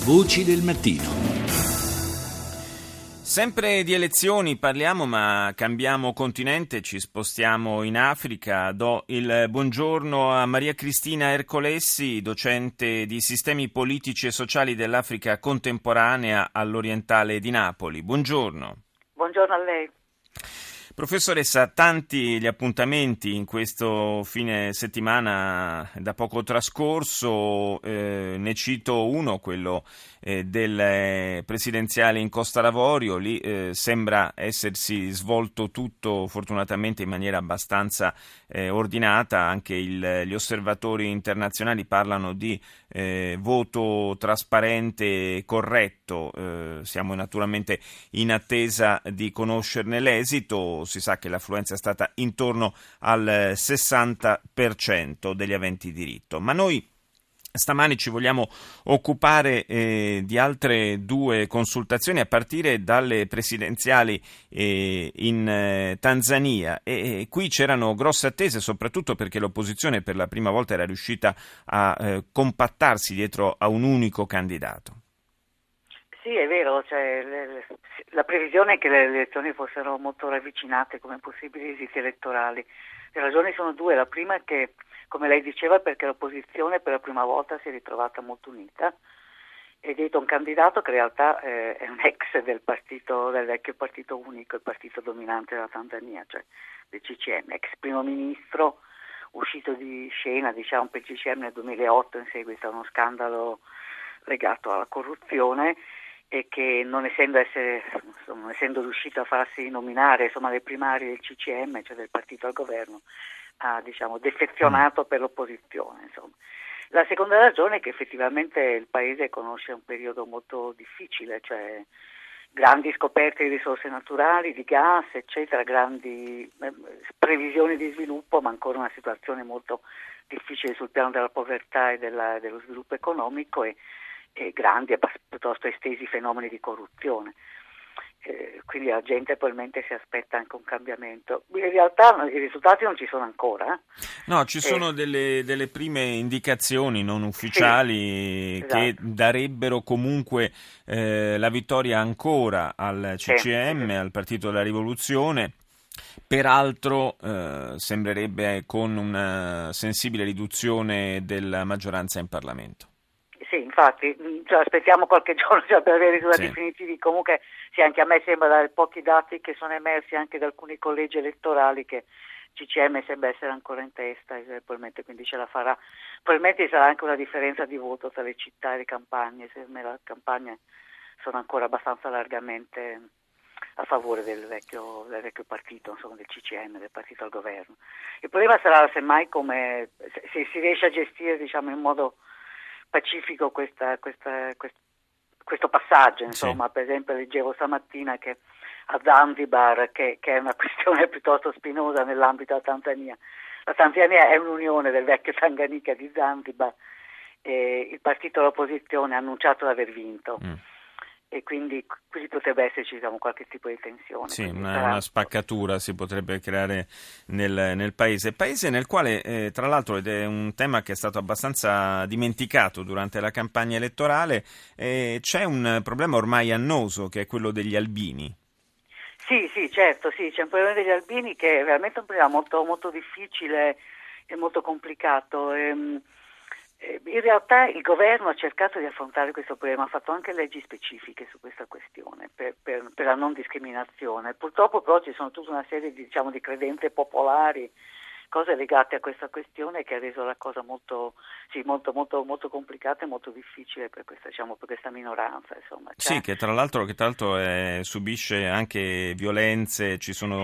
Voci del mattino. Sempre di elezioni parliamo, ma cambiamo continente, ci spostiamo in Africa. Do il buongiorno a Maria Cristina Ercolessi, docente di sistemi politici e sociali dell'Africa contemporanea all'Orientale di Napoli. Buongiorno. Buongiorno a lei. Professoressa, tanti gli appuntamenti in questo fine settimana da poco trascorso, ne cito uno, quello del presidenziale in Costa d'Avorio. Lì sembra essersi svolto tutto fortunatamente in maniera abbastanza ordinata. Anche gli osservatori internazionali parlano di voto trasparente e corretto. Siamo naturalmente in attesa di conoscerne l'esito. Si sa che l'affluenza è stata intorno al 60% degli aventi diritto, ma noi stamani ci vogliamo occupare di altre due consultazioni, a partire dalle presidenziali in Tanzania, e qui c'erano grosse attese, soprattutto perché l'opposizione per la prima volta era riuscita a compattarsi dietro a un unico candidato. Sì, è vero, la previsione è che le elezioni fossero molto ravvicinate come possibili esiti elettorali. Le ragioni sono due: la prima è che, come lei diceva, perché l'opposizione per la prima volta si è ritrovata molto unita e dietro un candidato che in realtà è un ex del vecchio partito unico, il partito dominante della Tanzania, cioè del CCM, ex primo ministro uscito di scena, diciamo, per il CCM nel 2008 in seguito a uno scandalo legato alla corruzione, e che non essendo riuscito a farsi nominare, insomma, le primarie del CCM, cioè del partito al governo, ha, diciamo, defezionato per l'opposizione, insomma. La seconda ragione è che effettivamente il paese conosce un periodo molto difficile, cioè grandi scoperte di risorse naturali, di gas, eccetera, grandi previsioni di sviluppo, ma ancora una situazione molto difficile sul piano della povertà e dello sviluppo economico, e grandi e piuttosto estesi fenomeni di corruzione. Quindi la gente probabilmente si aspetta anche un cambiamento. In realtà i risultati non ci sono ancora. No, ci sono delle prime indicazioni non ufficiali, sì, che esatto, darebbero comunque la vittoria ancora al CCM, sì, al Partito della Rivoluzione. Peraltro sembrerebbe con una sensibile riduzione della maggioranza in Parlamento. Sì, infatti, aspettiamo qualche giorno per avere i risultati definitivi. Comunque sì, anche a me sembra, dai pochi dati che sono emersi anche da alcuni collegi elettorali, che CCM sembra essere ancora in testa, e probabilmente quindi ce la farà. Probabilmente sarà anche una differenza di voto tra le città e le campagne, se le campagne sono ancora abbastanza largamente a favore del vecchio partito, insomma, del CCM, del partito al governo. Il problema sarà semmai come se si riesce a gestire, diciamo, in modo pacifico questo passaggio, insomma. Sì. Per esempio leggevo stamattina che a Zanzibar, che è una questione piuttosto spinosa nell'ambito della Tanzania, la Tanzania è un'unione del vecchio Tanganyika di Zanzibar, e il partito dell'opposizione ha annunciato di aver vinto. E quindi potrebbe esserci, diciamo, qualche tipo di tensione. Sì, una spaccatura si potrebbe creare nel paese nel quale, tra l'altro, ed è un tema che è stato abbastanza dimenticato durante la campagna elettorale, c'è un problema ormai annoso, che è quello degli albini. Sì, certo, sì, c'è un problema degli albini che è veramente un problema molto, molto difficile e molto complicato. In realtà il governo ha cercato di affrontare questo problema, ha fatto anche leggi specifiche su questa questione per la non discriminazione. Purtroppo però ci sono tutta una serie di, diciamo, di credenze popolari, cose legate a questa questione, che ha reso la cosa molto molto complicata e molto difficile per questa, diciamo, per questa minoranza, insomma. Sì, che tra l'altro subisce anche violenze, ci sono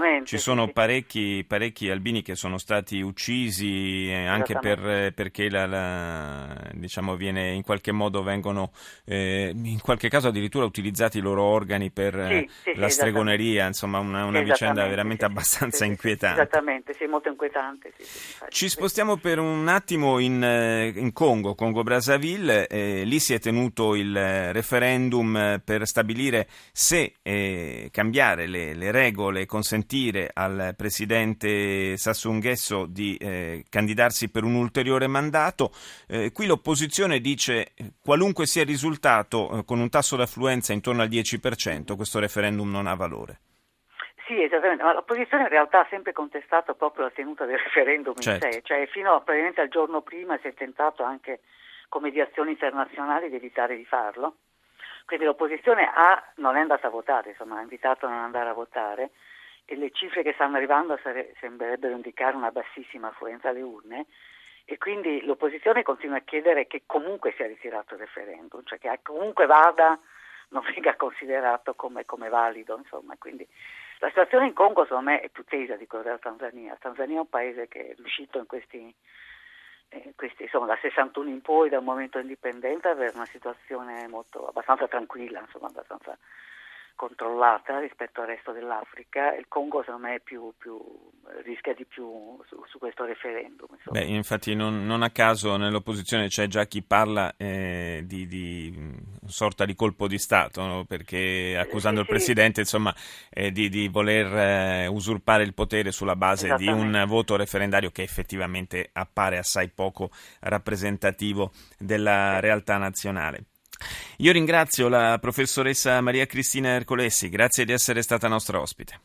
parecchi albini che sono stati uccisi, anche perché diciamo viene in qualche modo vengono in qualche caso addirittura utilizzati i loro organi per la stregoneria, insomma una vicenda veramente abbastanza inquietante. Esattamente, sì, molte molto inquietante. Sì, infatti, Ci spostiamo per un attimo in Congo-Brazzaville. Lì si è tenuto il referendum per stabilire se cambiare le regole e consentire al presidente Sassou Nguesso di candidarsi per un ulteriore mandato. Qui l'opposizione dice qualunque sia il risultato, con un tasso d'affluenza intorno al 10%, questo referendum non ha valore. Sì, esattamente, ma l'opposizione in realtà ha sempre contestato proprio la tenuta del referendum in Certo. sé, cioè fino praticamente al giorno prima si è tentato anche con mediazioni internazionali di evitare di farlo, quindi l'opposizione non è andata a votare, insomma ha invitato a non andare a votare e le cifre che stanno arrivando sembrerebbero indicare una bassissima affluenza alle urne e quindi l'opposizione continua a chiedere che comunque sia ritirato il referendum, cioè che comunque vada, non venga considerato come valido, insomma, quindi la situazione in Congo secondo me è più tesa di quella della Tanzania. La Tanzania è un paese che è riuscito in questi insomma, dal 61 in poi, da un momento indipendente, ad avere una situazione abbastanza tranquilla, insomma, abbastanza controllata rispetto al resto dell'Africa. Il Congo secondo me è rischia di più su questo referendum. Insomma. Beh, infatti non a caso nell'opposizione c'è già chi parla di sorta di colpo di Stato, no? Perché accusando il presidente insomma di voler usurpare il potere sulla base di un voto referendario che effettivamente appare assai poco rappresentativo della realtà nazionale. Io ringrazio la professoressa Maria Cristina Ercolessi, grazie di essere stata nostra ospite.